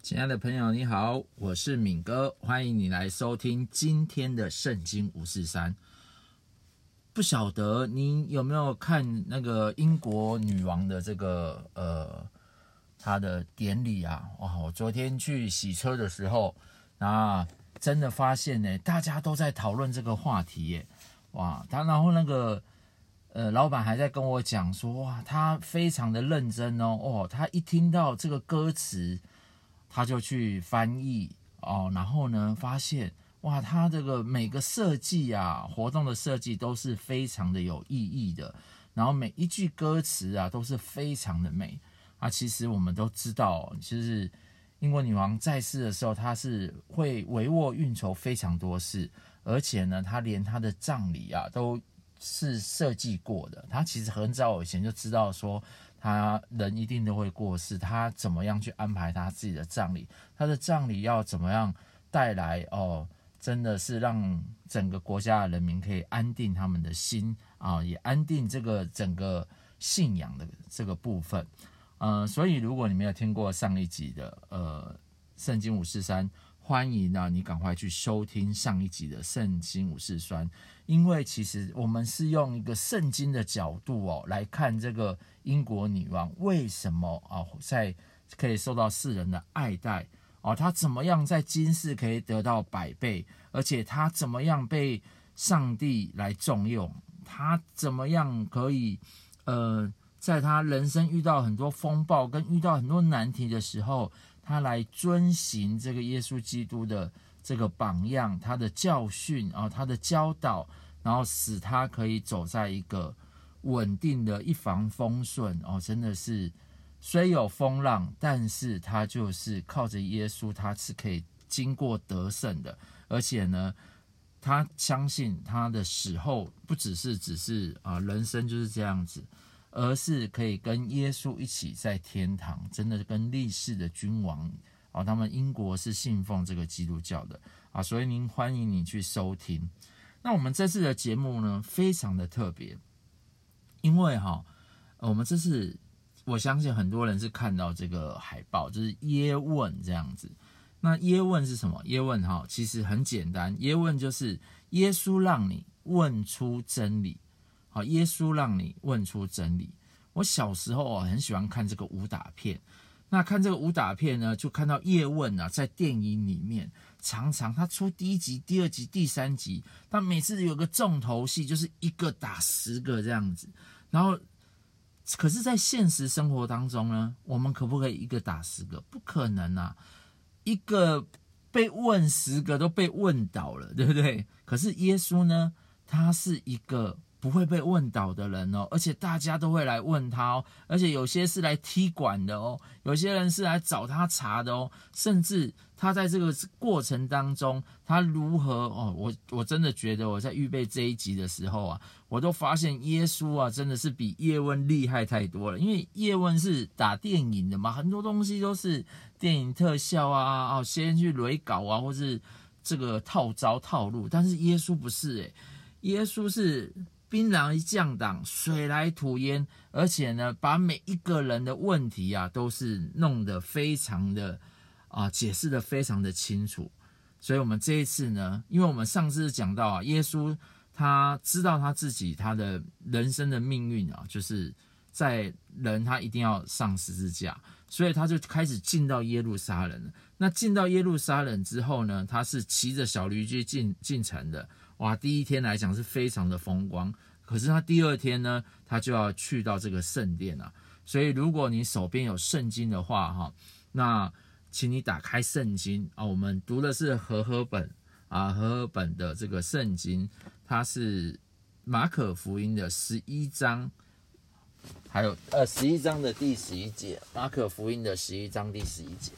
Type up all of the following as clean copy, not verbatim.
亲爱的朋友，你好，我是敏哥，欢迎你来收听今天的圣经543。不晓得你有没有看那个英国女王的这个她的典礼啊？哇，我昨天去洗车的时候，真的发现呢，大家都在讨论这个话题耶。哇，然后那个老板还在跟我讲说，哇，他非常的认真哦，他一听到这个歌词，他就去翻译哦，然后呢，发现哇，他这个每个设计啊，活动的设计都是非常的有意义的，然后每一句歌词啊都是非常的美啊。其实我们都知道，就是英国女王在世的时候，她是会帷幄运筹非常多事，而且呢，她连她的葬礼啊都是设计过的。她其实很早以前就知道说，他人一定都会过世，他怎么样去安排他自己的葬礼？他的葬礼要怎么样带来真的是让整个国家的人民可以安定他们的心啊，也安定这个整个信仰的这个部分。所以如果你没有听过上一集的圣经543，欢迎啊你赶快去收听上一集的圣经543，因为其实我们是用一个圣经的角度来看这个英国女王为什么可以受到世人的爱戴她怎么样在今世可以得到100倍，而且她怎么样被上帝来重用，她怎么样可以在她人生遇到很多风暴跟遇到很多难题的时候，他来遵行这个耶稣基督的这个榜样，他的教训他的教导，然后使他可以走在一个稳定的一帆风顺真的是虽有风浪，但是他就是靠着耶稣，他是可以经过得胜的。而且呢，他相信他的死后不只是人生就是这样子，而是可以跟耶稣一起在天堂，真的跟历世的君王他们英国是信奉这个基督教的所以欢迎你去收听。那我们这次的节目呢，非常的特别，因为我们这次我相信很多人是看到这个海报，就是耶问这样子。那耶问是什么？耶问其实很简单，耶问就是耶稣让你问出真理。耶稣让你问出真理。我小时候很喜欢看这个武打片，那看这个武打片呢，就看到叶问在电影里面常常他出第1集、第2集、第3集，他每次有个重头戏，就是1个打10个这样子。然后，可是，在现实生活当中呢，我们可不可以1个打10个？不可能啊！一个被问10个都被问倒了，对不对？可是耶稣呢，他是一个不会被问倒的人而且大家都会来问他而且有些是来踢馆的有些人是来找他茬的甚至他在这个过程当中，他如何我真的觉得我在预备这一集的时候我都发现耶稣真的是比叶问厉害太多了。因为叶问是打电影的嘛，很多东西都是电影特效先去雷稿或是这个套招套路，但是耶稣不是耶稣是兵来将挡，水来土掩，而且呢，把每一个人的问题都是弄得非常的解释得非常的清楚。所以我们这一次呢，因为我们上次讲到耶稣他知道他自己他的人生的命运就是在人他一定要上十字架，所以他就开始进到耶路撒冷了。那进到耶路撒冷之后呢，他是骑着小驴驹进城的。哇，第1天来讲是非常的风光，可是他第2天呢，他就要去到这个圣殿所以如果你手边有圣经的话那请你打开圣经我们读的是和合本的这个圣经，它是马可福音的11章，还有11章的第11节，马可福音的11章第11节。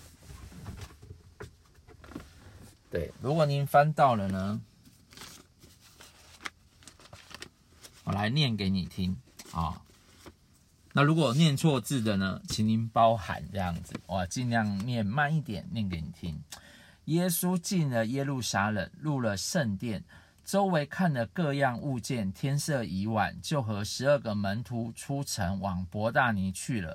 对，如果您翻到了呢，我来念给你听那如果念错字的呢，请您包涵这样子，我尽量念慢一点，念给你听。耶稣进了耶路撒冷，入了圣殿，周围看了各样物件，天色已晚，就和12个门徒出城往伯大尼去了。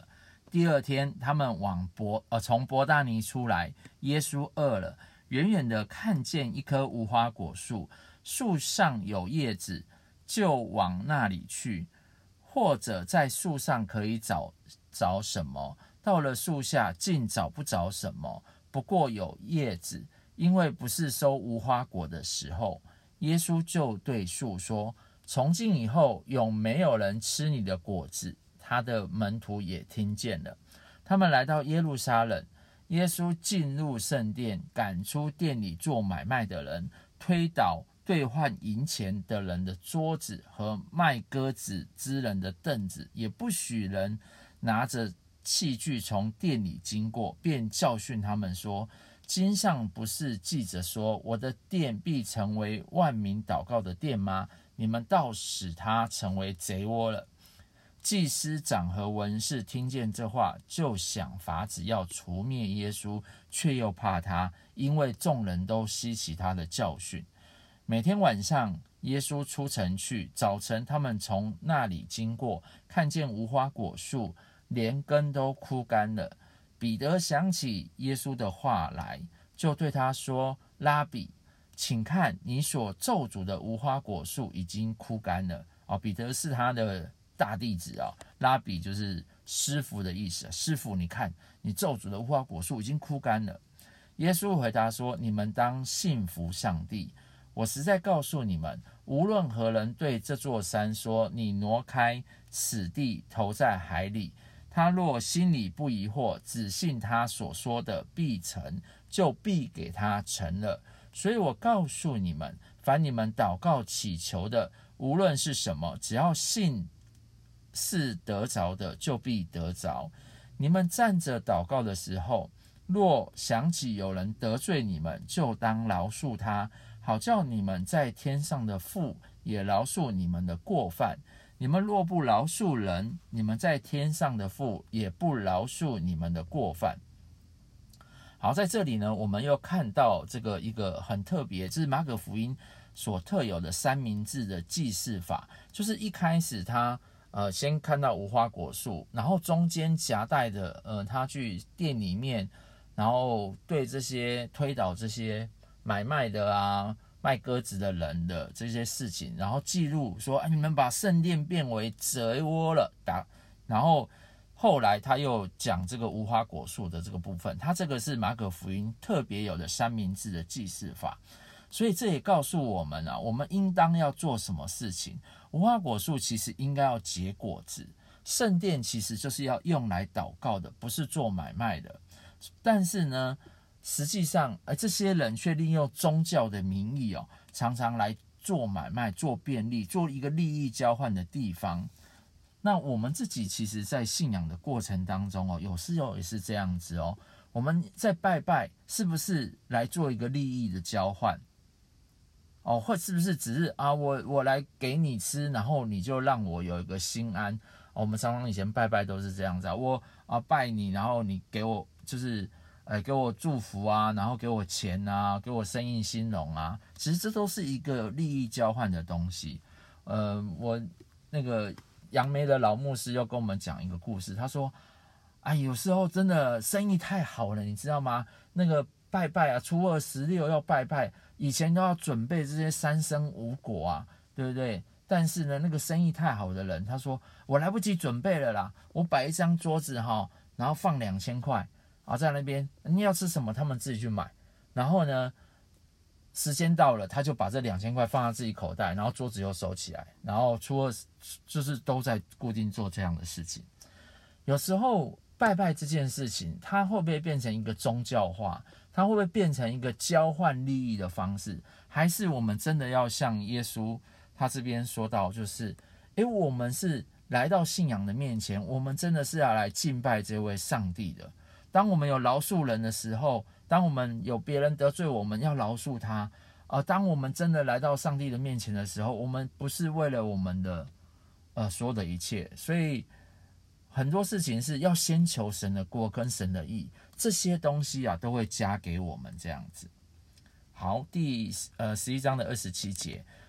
第二天，他们从伯大尼出来，耶稣饿了，远远的看见一棵无花果树，树上有叶子，就往那里去，或者在树上可以找什么。到了树下，竟找不着什么，不过有叶子，因为不是收无花果的时候。耶稣就对树说：从今以后，永没有人吃你的果子。他的门徒也听见了。他们来到耶路撒冷，耶稣进入圣殿，赶出店里做买卖的人，推倒兑换银钱的人的桌子和卖鸽子之人的凳子，也不许人拿着器具从店里经过，便教训他们说：经上不是记着说，我的殿必成为万民祷告的殿吗？你们倒使它成为贼窝了。祭司长和文士听见这话，就想法子要除灭耶稣，却又怕他，因为众人都希奇他的教训。每天晚上，耶稣出城去，早晨他们从那里经过，看见无花果树连根都枯干了。彼得想起耶稣的话来，就对他说：拉比，请看，你所咒诅的无花果树已经枯干了。彼得是他的大弟子啊，拉比就是师傅的意思。师傅，你看，你咒诅的无花果树已经枯干了。耶稣回答说：你们当信服上帝。我实在告诉你们，无论何人对这座山说：你挪开，此地投在海里，他若心里不疑惑，只信他所说的必成，就必给他成了。所以我告诉你们，凡你们祷告祈求的，无论是什么，只要信是得着的，就必得着。你们站着祷告的时候，若想起有人得罪你们，就当饶恕他，好叫你们在天上的父也饶恕你们的过犯。你们若不饶恕人，你们在天上的父也不饶恕你们的过犯。好，在这里呢，我们又看到一个很特别，就是马可福音所特有的三明治的记事法，就是一开始他先看到无花果树，然后中间夹带的他去店里面，然后对这些推倒这些买卖的啊、卖鸽子的人的这些事情，然后记录说：你们把圣殿变为贼窝了。然后后来他又讲这个无花果树的这个部分，他这个是马可福音特别有的三明治的记事法。所以这也告诉我们啊，我们应当要做什么事情。无花果树其实应该要结果子，圣殿其实就是要用来祷告的，不是做买卖的。但是呢，实际上这些人却利用宗教的名义常常来做买卖、做便利、做一个利益交换的地方。那我们自己其实在信仰的过程当中有时候也是这样子我们在拜拜是不是来做一个利益的交换或是不是只是我来给你吃，然后你就让我有一个心安我们常常以前拜拜都是这样子我拜你，然后你给我就是给我祝福啊，然后给我钱啊，给我生意兴隆啊，其实这都是一个利益交换的东西。我那个杨梅的老牧师又跟我们讲一个故事，他说有时候真的生意太好了，你知道吗？那个拜拜啊，初二16要拜拜，以前都要准备这些三生五果啊，对不对？但是呢，那个生意太好的人，他说我来不及准备了啦，我摆一张桌子然后放2000块在那边，你要吃什么他们自己去买，然后呢时间到了，他就把这2000块放在自己口袋，然后桌子又收起来，然后初二就是都在固定做这样的事情。有时候拜拜这件事情，它会不会变成一个宗教化？它会不会变成一个交换利益的方式？还是我们真的要像耶稣他这边说到，就是我们是来到信仰的面前，我们真的是要来敬拜这位上帝的。当我们有饶恕人的时候，当我们有别人得罪我们要饶恕他当我们真的来到上帝的面前的时候，我们不是为了我们的所有的一切，所以很多事情是要先求神的国跟神的义，这些东西都会加给我们这样子。好，第11章的27节，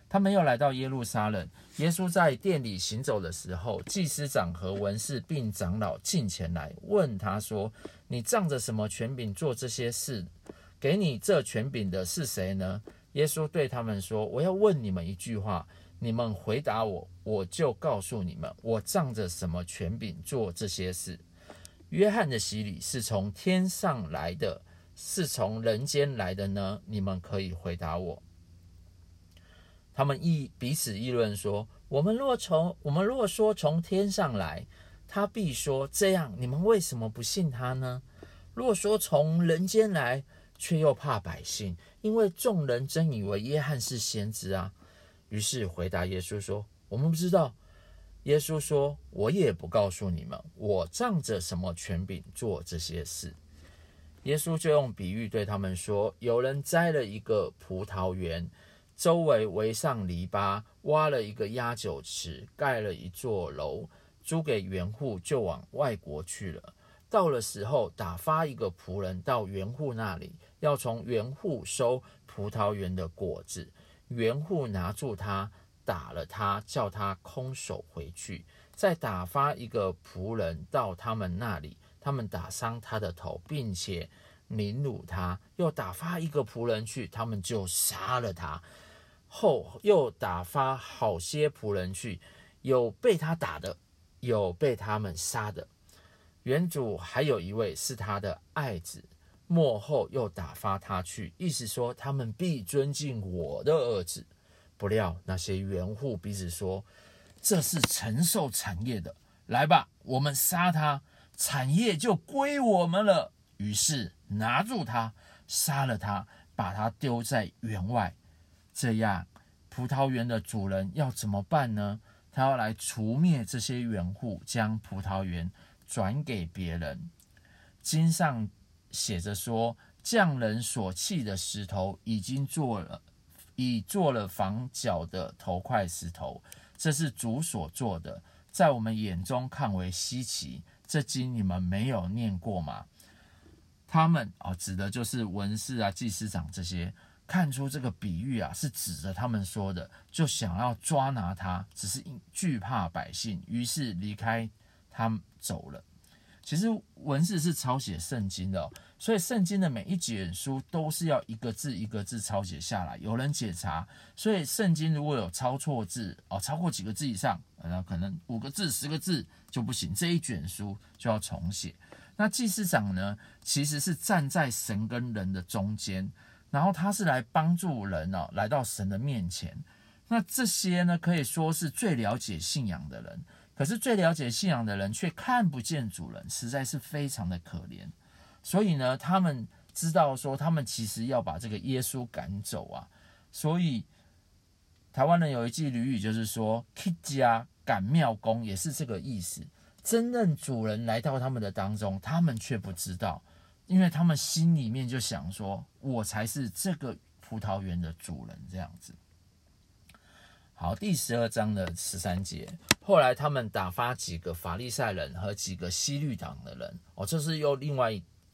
他们又来到耶路撒冷，耶稣在殿里行走的时候，祭司长和文士并长老进前来问他说：你仗着什么权柄做这些事？给你这权柄的是谁呢？耶稣对他们说：我要问你们一句话，你们回答我，我就告诉你们，我仗着什么权柄做这些事。约翰的洗礼是从天上来的，是从人间来的呢？你们可以回答我。他们彼此议论说：我们若说从天上来，他必说：这样你们为什么不信他呢？若说从人间来，却又怕百姓，因为众人真以为约翰是先知啊。于是回答耶稣说：我们不知道。耶稣说：我也不告诉你们，我仗着什么权柄做这些事。耶稣就用比喻对他们说：有人栽了一个葡萄园，周围围上篱笆，挖了一个压酒池，盖了一座楼，租给园户，就往外国去了。到了时候，打发一个仆人到园户那里，要从园户收葡萄园的果子。园户拿住他，打了他，叫他空手回去。再打发一个仆人到他们那里，他们打伤他的头，并且凌辱他。又打发一个仆人去，他们就杀了他。后又打发好些仆人去，有被他打的，有被他们杀的。园主还有一位是他的爱子，末后又打发他去，意思说他们必尊敬我的儿子。不料那些园户彼此说：这是承受产业的，来吧，我们杀他，产业就归我们了。于是拿住他，杀了他，把他丢在园外。这样葡萄园的主人要怎么办呢？他要来除灭这些园户，将葡萄园转给别人。经上写着说：匠人所弃的石头已做了房角的头块石头，这是主所做的，在我们眼中看为稀奇。这经你们没有念过吗？他们指的就是文士啊、祭司长这些，看出这个比喻是指着他们说的，就想要抓拿他，只是惧怕百姓，于是离开他们走了。其实文士是抄写圣经的所以圣经的每一卷书都是要一个字一个字抄写下来，有人检查。所以圣经如果有抄错字超过几个字以上，那可能5个字、10个字就不行，这一卷书就要重写。那祭司长呢，其实是站在神跟人的中间，然后他是来帮助人来到神的面前。那这些呢，可以说是最了解信仰的人。可是最了解信仰的人却看不见主人，实在是非常的可怜。所以呢，他们知道说，他们其实要把这个耶稣赶走所以台湾人有一句俚语，就是说去家赶庙公，也是这个意思。真正主人来到他们的当中，他们却不知道，因为他们心里面就想说，我才是这个葡萄园的主人这样子。好，第12章的13节，后来他们打发几个法利赛人和几个希律党的人这是又另外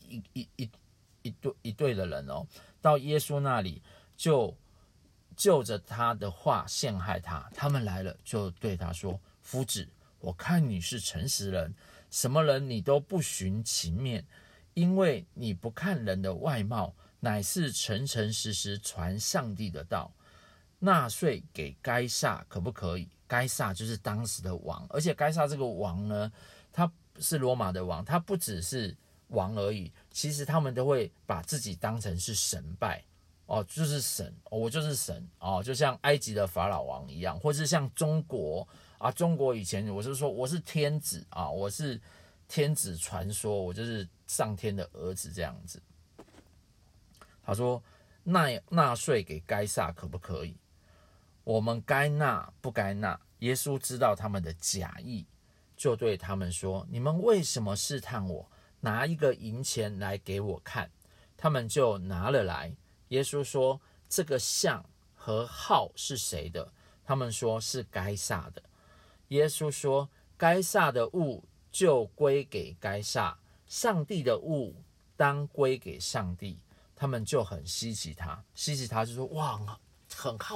一队的人到耶稣那里，就就着他的话陷害他。他们来了，就对他说：夫子，我看你是诚实人，什么人你都不徇情面，因为你不看人的外貌，乃是诚诚实实传上帝的道。纳税给该撒可不可以？该撒就是当时的王，而且该撒这个王呢，他是罗马的王，他不只是王而已，其实他们都会把自己当成是神拜就是神我就是神就像埃及的法老王一样，或是像中国中国以前我是说我是天子我是天子传说，我就是上天的儿子这样子。他说纳税给该撒可不可以？我们该纳不该纳？耶稣知道他们的假意，就对他们说：你们为什么试探我？拿一个银钱来给我看。他们就拿了来。耶稣说：这个像和号是谁的？他们说是该撒的。耶稣说：该撒的物就归给该撒，上帝的物当归给上帝。他们就很稀奇他，就说：哇，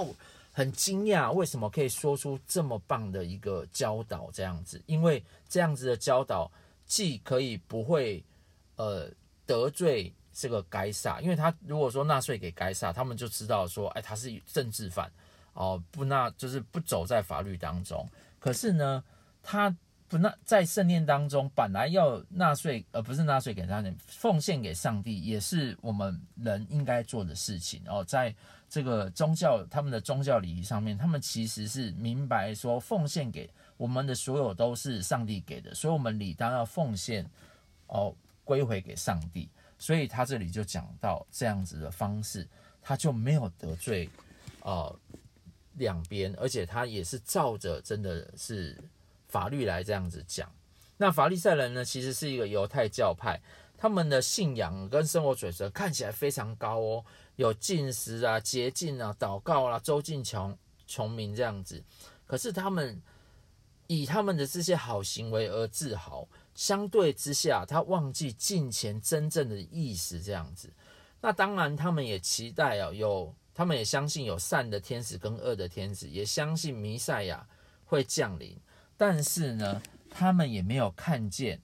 很惊讶，为什么可以说出这么棒的一个教导这样子？因为这样子的教导既可以不会得罪这个该撒，因为他如果说纳税给该撒，他们就知道说，哎，他是政治犯哦，就是不走在法律当中。可是呢，他在圣殿当中，本来要纳税，不是纳税给他人，奉献给上帝，也是我们人应该做的事情哦。在这个他们的宗教礼仪上面，他们其实是明白说，奉献给我们的所有都是上帝给的，所以我们理当要奉献哦，归回给上帝。所以他这里就讲到这样子的方式，他就没有得罪两边，而且他也是照着真的是法律来这样子讲。那法利赛人呢，其实是一个犹太教派，他们的信仰跟生活水准看起来非常高哦，有禁食啊、洁净啊、祷告啊、周济穷民这样子。可是他们以他们的这些好行为而自豪，相对之下，他忘记敬虔真正的意思这样子。那当然，他们也期待他们也相信有善的天使跟恶的天使，也相信弥赛亚会降临。但是呢，他们没有看见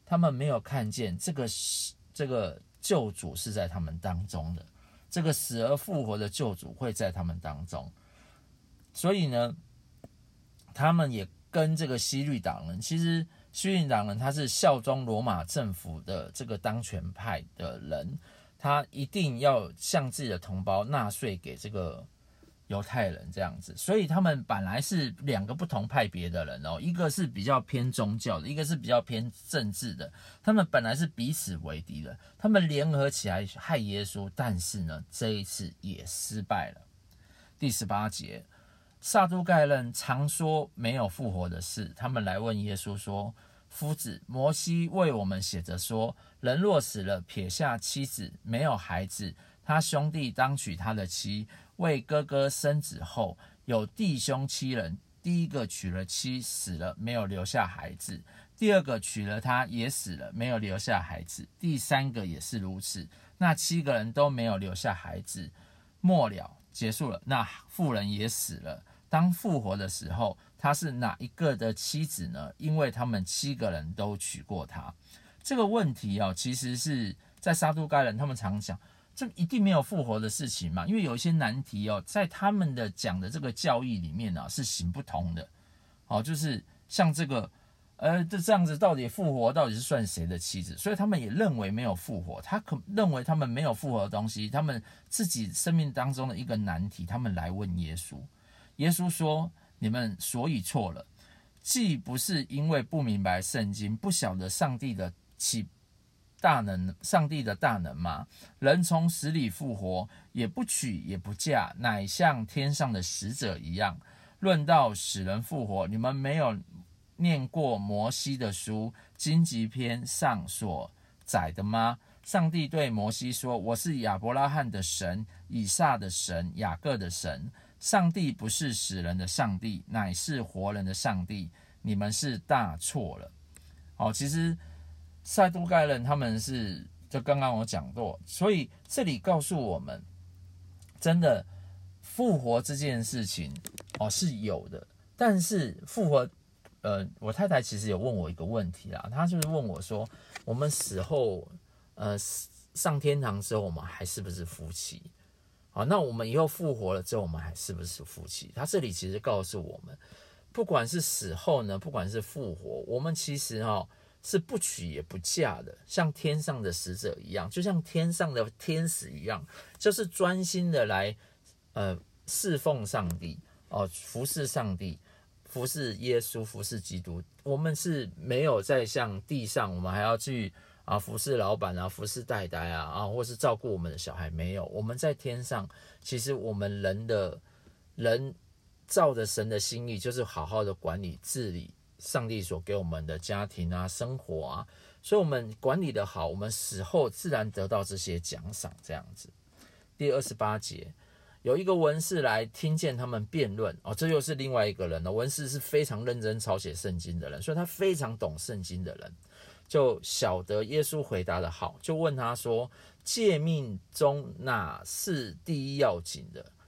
这个救主是在他们当中的，这个死而复活的救主会在他们当中。所以呢，他们也跟这个希律党人，其实希律党人他是效忠罗马政府的这个当权派的人，他一定要向自己的同胞纳税给这个犹太人这样子。所以他们本来是两个不同派别的人哦，一个是比较偏宗教的，一个是比较偏政治的，他们本来是彼此为敌的，他们联合起来害耶稣，但是呢，这一次也失败了。第18节，撒都该人常说没有复活的事，他们来问耶稣说，夫子，摩西为我们写着说，人若死了，撇下妻子，没有孩子，他兄弟当娶他的妻，为哥哥生子后，有弟兄7人，第一个娶了妻，死了，没有留下孩子，第二个娶了他，也死了，没有留下孩子，第三个也是如此，那7个人都没有留下孩子。末了，结束了，那妇人也死了。当复活的时候，他是哪一个的妻子呢？因为他们7个人都娶过她。这个问题其实是在撒都该人他们常讲，这一定没有复活的事情嘛？因为有一些难题在他们的讲的这个教义里面是行不通的。就是像这个这样子到底复活到底是算谁的妻子？所以他们也认为没有复活，认为他们没有复活的东西，他们自己生命当中的一个难题，他们来问耶稣。耶稣说，你们所以错了，既不是因为不明白圣经，不晓得上帝的大能吗？人从死里复活，也不娶也不嫁，乃像天上的使者一样。论到使人复活，你们没有念过摩西的书荆棘篇上所载的吗？上帝对摩西说，我是亚伯拉罕的神，以撒的神，雅各的神。上帝不是死人的上帝，乃是活人的上帝，你们是大错了。其实撒都该人他们就刚刚我讲过，所以这里告诉我们，真的复活这件事情是有的，但是复活我太太其实有问我一个问题啦，她就是问我说，我们死后上天堂之后，我们还是不是夫妻？好，那我们以后复活了之后，我们还是不是夫妻？他这里其实告诉我们，不管是死后呢，不管是复活，我们其实是不娶也不嫁的，像天上的使者一样，就像天上的天使一样，就是专心的来侍奉上帝服侍上帝，服侍耶稣，服侍基督。我们是没有在像地上，我们还要去服侍老板服侍太太或是照顾我们的小孩，没有。我们在天上，其实我们人照着神的心意，就是好好的管理治理上帝所给我们的家庭生活所以我们管理的好，我们死后自然得到这些奖赏这样子。第28节，有一个文士来听见他们辩论这又是另外一个人文士是非常认真抄写圣经的人，所以他非常懂圣经的人，就晓得耶稣回答的好，就问他说，诫命中哪是第一要紧的？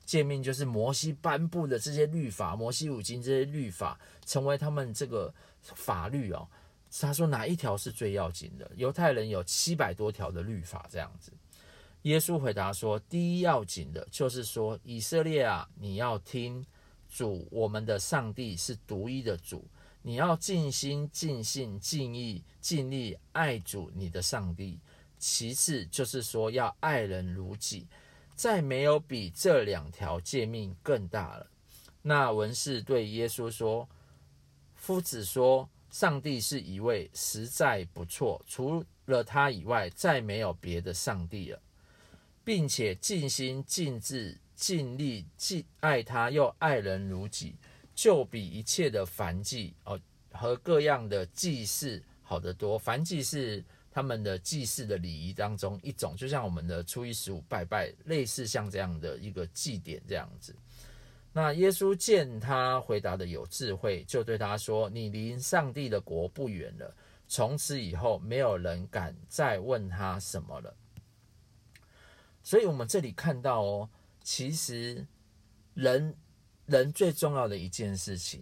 诫命就是摩西颁布的这些律法，摩西五经这些律法成为他们这个法律哦。他说哪一条是最要紧的？犹太人有700多条的律法这样子。耶稣回答说，第一要紧的就是说，以色列啊，你要听主我们的上帝是独一的主，你要尽心尽性尽意尽力爱主你的上帝。其次就是说要爱人如己，再没有比这2条诫命更大了。那文士对耶稣说，夫子说上帝是一位，实在不错，除了他以外再没有别的上帝了，并且尽心尽智尽力尽爱他，又爱人如己，就比一切的燔祭和各样的祭祀好得多。燔祭是他们的祭祀的礼仪当中一种，就像我们的初一十五拜拜，类似像这样的一个祭典这样子。那耶稣见他回答的有智慧，就对他说，你离上帝的国不远了。从此以后没有人敢再问他什么了。所以我们这里看到其实人最重要的一件事情，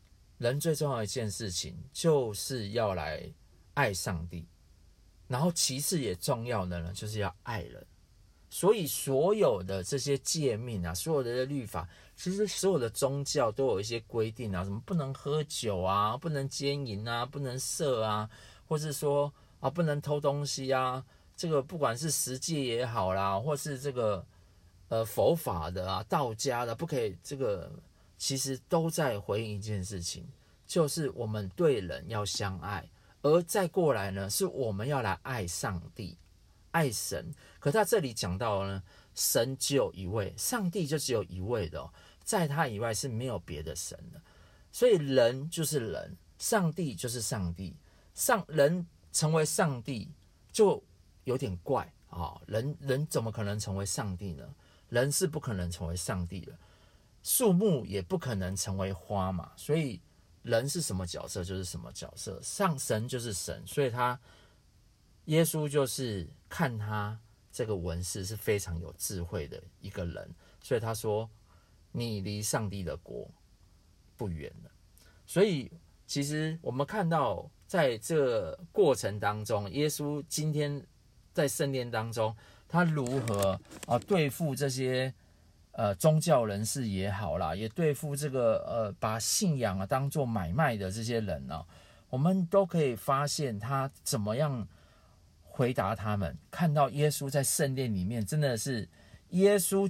就是要来爱上帝，然后其次也重要的呢，就是要爱人。所以所有的这些诫命啊，所有的律法，其实所有的宗教都有一些规定啊，什么不能喝酒啊，不能奸淫啊，不能色啊，或是说不能偷东西啊。这个不管是10诫也好啦，或是这个佛法的啊、道家的，不可以这个，其实都在回应一件事情，就是我们对人要相爱，而再过来呢，是我们要来爱上帝。爱神，可他这里讲到呢，神只有一位，上帝就只有一位的在他以外是没有别的神的。所以人就是人，上帝就是上帝，人成为上帝就有点怪人怎么可能成为上帝呢？人是不可能成为上帝的，树木也不可能成为花嘛。所以人是什么角色就是什么角色，神就是神，所以耶稣就是看他这个文士是非常有智慧的一个人，所以他说你离上帝的国不远了。所以其实我们看到在这个过程当中，耶稣今天在圣殿当中，他如何对付这些宗教人士也好啦，也对付这个把信仰当作买卖的这些人我们都可以发现他怎么样回答他们。看到耶稣在圣殿里面，真的是耶稣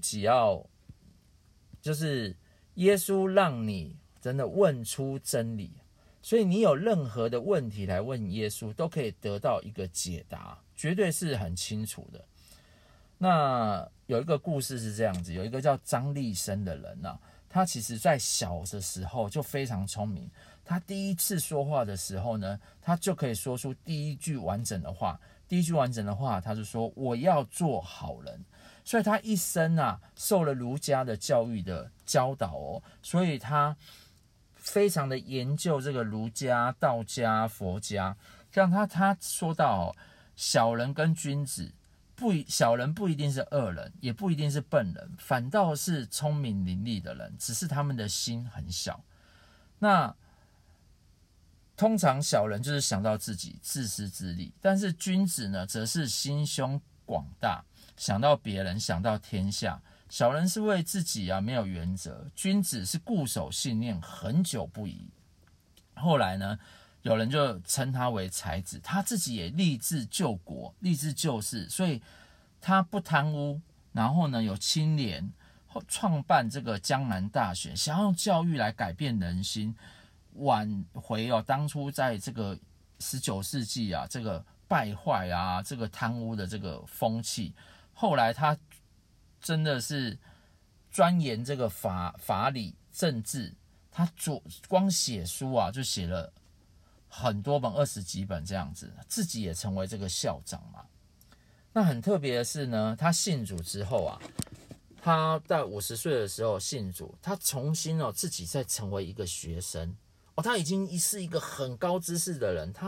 就是耶稣让你真的问出真理，所以你有任何的问题来问耶稣，都可以得到一个解答，绝对是很清楚的。那有一个故事是这样子，有一个叫张立生的人他其实在小的时候就非常聪明，他第一次说话的时候呢，他就可以说出第一句完整的话，他就说我要做好人。所以他一生受了儒家的教育的教导所以他非常的研究这个儒家、道家、佛家。像他说到小人跟君子，小人不一定是恶人，也不一定是笨人，反倒是聪明伶俐的人，只是他们的心很小。那通常小人就是想到自己自私自利，但是君子呢，则是心胸广大，想到别人，想到天下。小人是为自己没有原则，君子是固守信念，恒久不移。后来呢，有人就称他为才子，他自己也立志救国，立志救世，所以他不贪污，然后呢有清廉，创办这个江南大学，想用教育来改变人心，挽回当初在这个19世纪这个败坏这个贪污的这个风气。后来他真的是钻研这个法理政治，他光写书就写了很多本，20几本这样子，自己也成为这个校长嘛。那很特别的是呢，他信主之后他在50岁的时候信主，他重新自己再成为一个学生他已经是一个很高知识的人，他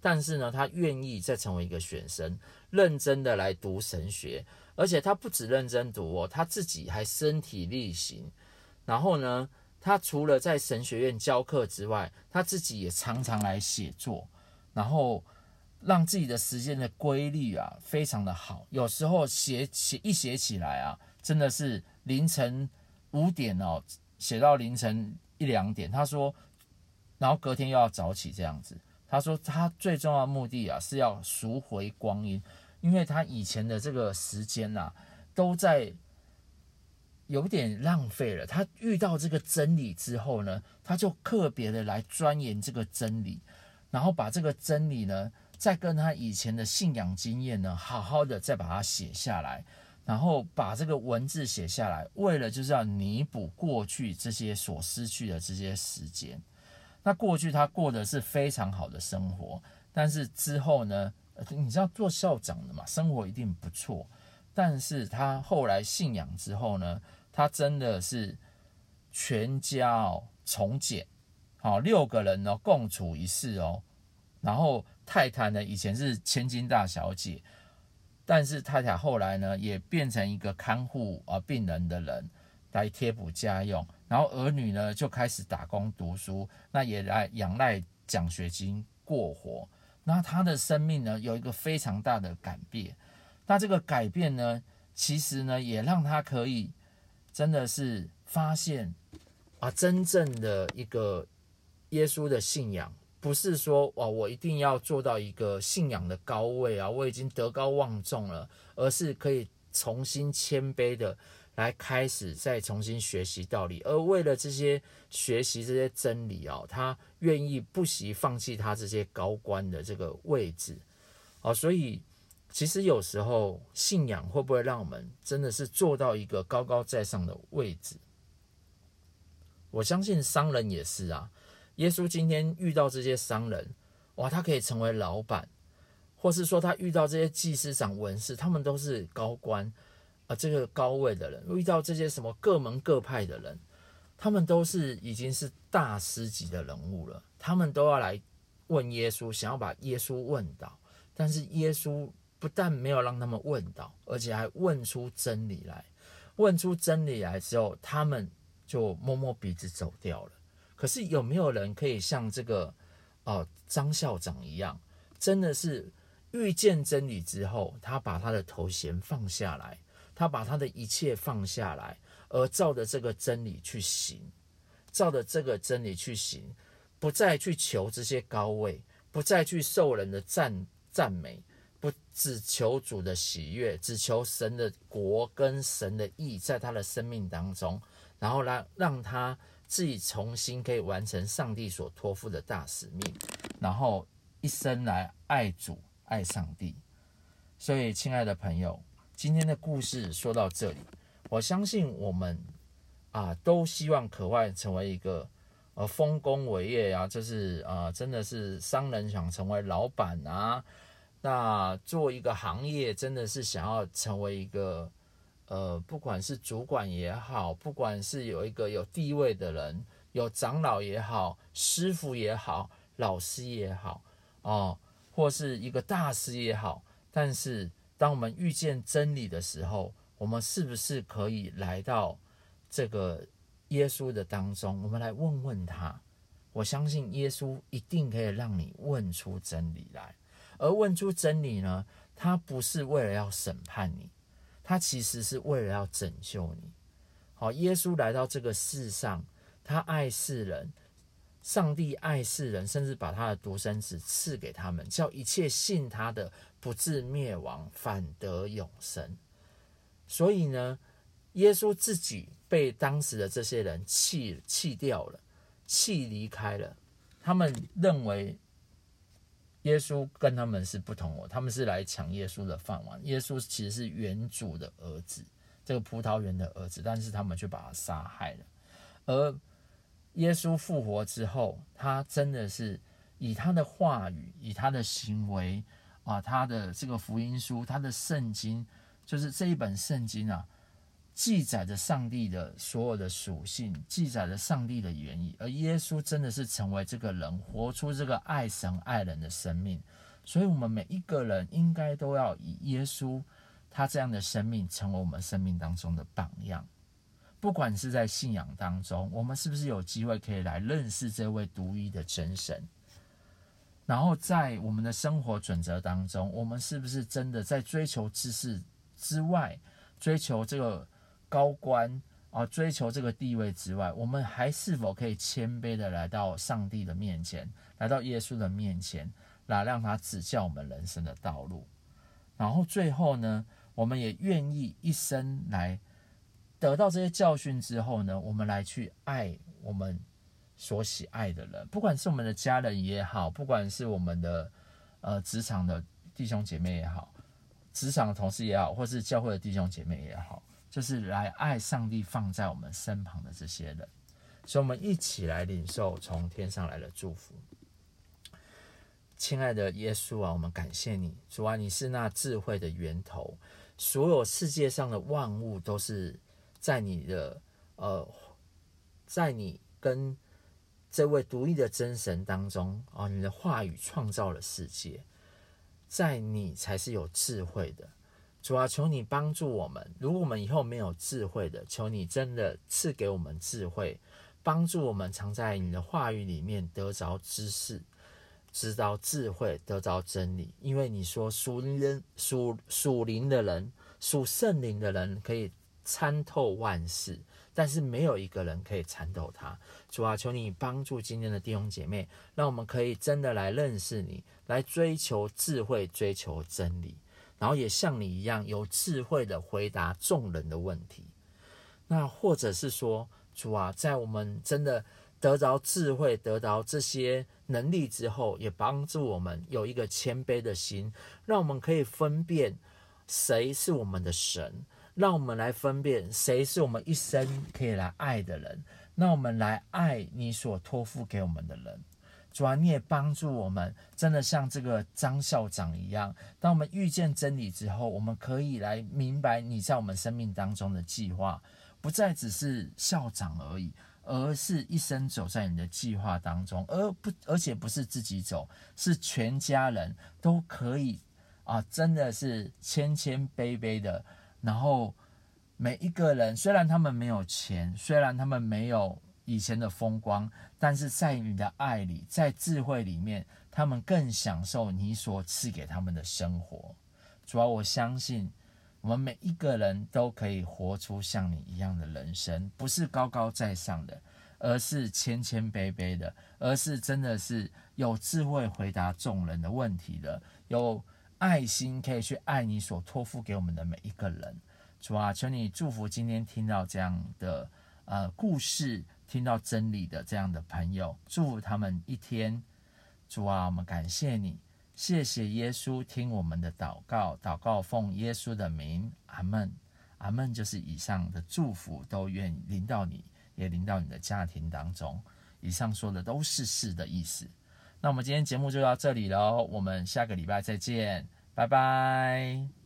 但是呢，他愿意再成为一个学生，认真的来读神学，而且他不只认真读他自己还身体力行。然后呢，他除了在神学院教课之外，他自己也常常来写作，然后让自己的时间的规律非常的好。有时候写起来真的是凌晨5点写到凌晨1-2点。他说，然后隔天又要早起这样子。他说他最重要的目的是要赎回光阴，因为他以前的这个时间都在有点浪费了。他遇到这个真理之后呢，他就特别的来钻研这个真理，然后把这个真理呢，再跟他以前的信仰经验呢，好好的再把它写下来，然后把这个文字写下来，为了就是要弥补过去这些所失去的这些时间。那过去他过的是非常好的生活，但是之后呢，你知道做校长的嘛，生活一定不错。但是他后来信仰之后呢，他真的是全家从简，6个人共处一室然后太太呢以前是千金大小姐，但是太太后来呢也变成一个看护病人的人来贴补家用，然后儿女呢就开始打工读书，那也来仰赖奖学金过活。那他的生命呢有一个非常大的改变，那这个改变呢其实呢也让他可以真的是发现真正的一个耶稣的信仰，不是说我一定要做到一个信仰的高位我已经德高望重了，而是可以重新谦卑的来开始再重新学习道理，而为了这些学习这些真理他愿意不惜放弃他这些高官的这个位置所以其实有时候信仰会不会让我们真的是做到一个高高在上的位置？我相信商人也是耶稣今天遇到这些商人，他可以成为老板，或是说他遇到这些祭司长文士，他们都是高官这个高位的人，遇到这些什么各门各派的人，他们都是已经是大师级的人物了，他们都要来问耶稣，想要把耶稣问倒，但是耶稣不但没有让他们问倒，而且还问出真理来。问出真理来之后，他们就摸摸鼻子走掉了。可是有没有人可以像这个张校长一样，真的是遇见真理之后，他把他的头衔放下来，他把他的一切放下来，而照着这个真理去行，照着这个真理去行，不再去求这些高位，不再去受人的赞美，不只求主的喜悦，只求神的国跟神的义在他的生命当中，然后让他自己重新可以完成上帝所托付的大使命，然后一生来爱主爱上帝。所以亲爱的朋友，今天的故事说到这里，我相信我们都希望渴望成为一个丰功伟业就是真的是商人想成为老板那做一个行业真的是想要成为一个不管是主管也好，不管是有一个有地位的人，有长老也好，师傅也好，老师也好或是一个大师也好，但是当我们遇见真理的时候，我们是不是可以来到这个耶稣的当中，我们来问问他？我相信耶稣一定可以让你问出真理来。而问出真理呢，他不是为了要审判你，他其实是为了要拯救你。耶稣来到这个世上，他爱世人，上帝爱世人，甚至把他的独生子赐给他们，叫一切信他的不至灭亡，反得永生。所以呢，耶稣自己被当时的这些人弃掉了，弃离开了，他们认为耶稣跟他们是不同他们是来抢耶稣的饭碗。耶稣其实是原主的儿子，这个葡萄园的儿子，但是他们却把他杀害了。而耶稣复活之后，他真的是以他的话语，以他的行为他的这个福音书，他的圣经，就是这一本圣经记载着上帝的所有的属性，记载着上帝的原意，而耶稣真的是成为这个人，活出这个爱神爱人的生命。所以我们每一个人应该都要以耶稣他这样的生命成为我们生命当中的榜样。不管是在信仰当中，我们是不是有机会可以来认识这位独一的真神，然后在我们的生活准则当中，我们是不是真的在追求知识之外，追求这个高官追求这个地位之外，我们还是否可以谦卑的来到上帝的面前，来到耶稣的面前，来让他指教我们人生的道路。然后最后呢，我们也愿意一生来得到这些教训之后呢，我们来去爱我们所喜爱的人，不管是我们的家人也好，不管是我们的职场的弟兄姐妹也好，职场的同事也好，或是教会的弟兄姐妹也好，就是来爱上帝放在我们身旁的这些人。所以我们一起来领受从天上来的祝福。亲爱的耶稣啊，我们感谢你，主啊，你是那智慧的源头，所有世界上的万物都是在你的在你跟这位独一的真神当中你的话语创造了世界，在你才是有智慧的。主啊，求你帮助我们，如果我们以后没有智慧的，求你真的赐给我们智慧，帮助我们常在你的话语里面得着知识，知道智慧，得着真理。因为你说属灵的人，属圣灵的人可以参透万事，但是没有一个人可以参透它。主啊，求你帮助今天的弟兄姐妹，让我们可以真的来认识你，来追求智慧，追求真理，然后也像你一样有智慧的回答众人的问题。那或者是说，主啊，在我们真的得着智慧，得着这些能力之后，也帮助我们有一个谦卑的心，让我们可以分辨谁是我们的神，让我们来分辨谁是我们一生可以来爱的人，让我们来爱你所托付给我们的人。主啊，你也帮助我们真的像这个张校长一样，当我们遇见真理之后，我们可以来明白你在我们生命当中的计划，不再只是校长而已，而是一生走在你的计划当中，而且不是自己走，是全家人都可以真的是谦谦卑卑的。然后每一个人虽然他们没有钱，虽然他们没有以前的风光，但是在你的爱里，在智慧里面，他们更享受你所赐给他们的生活。主啊，我相信我们每一个人都可以活出像你一样的人生，不是高高在上的，而是谦谦卑卑的，而是真的是有智慧回答众人的问题的，有爱心可以去爱你所托付给我们的每一个人。主啊，求你祝福今天听到这样的故事，听到真理的这样的朋友，祝福他们一天。主啊，我们感谢你，谢谢耶稣听我们的祷告，祷告奉耶稣的名，阿们。阿们就是以上的祝福都愿临到你，也临到你的家庭当中。以上说的都是是的意思。那我们今天节目就到这里了，我们下个礼拜再见，拜拜。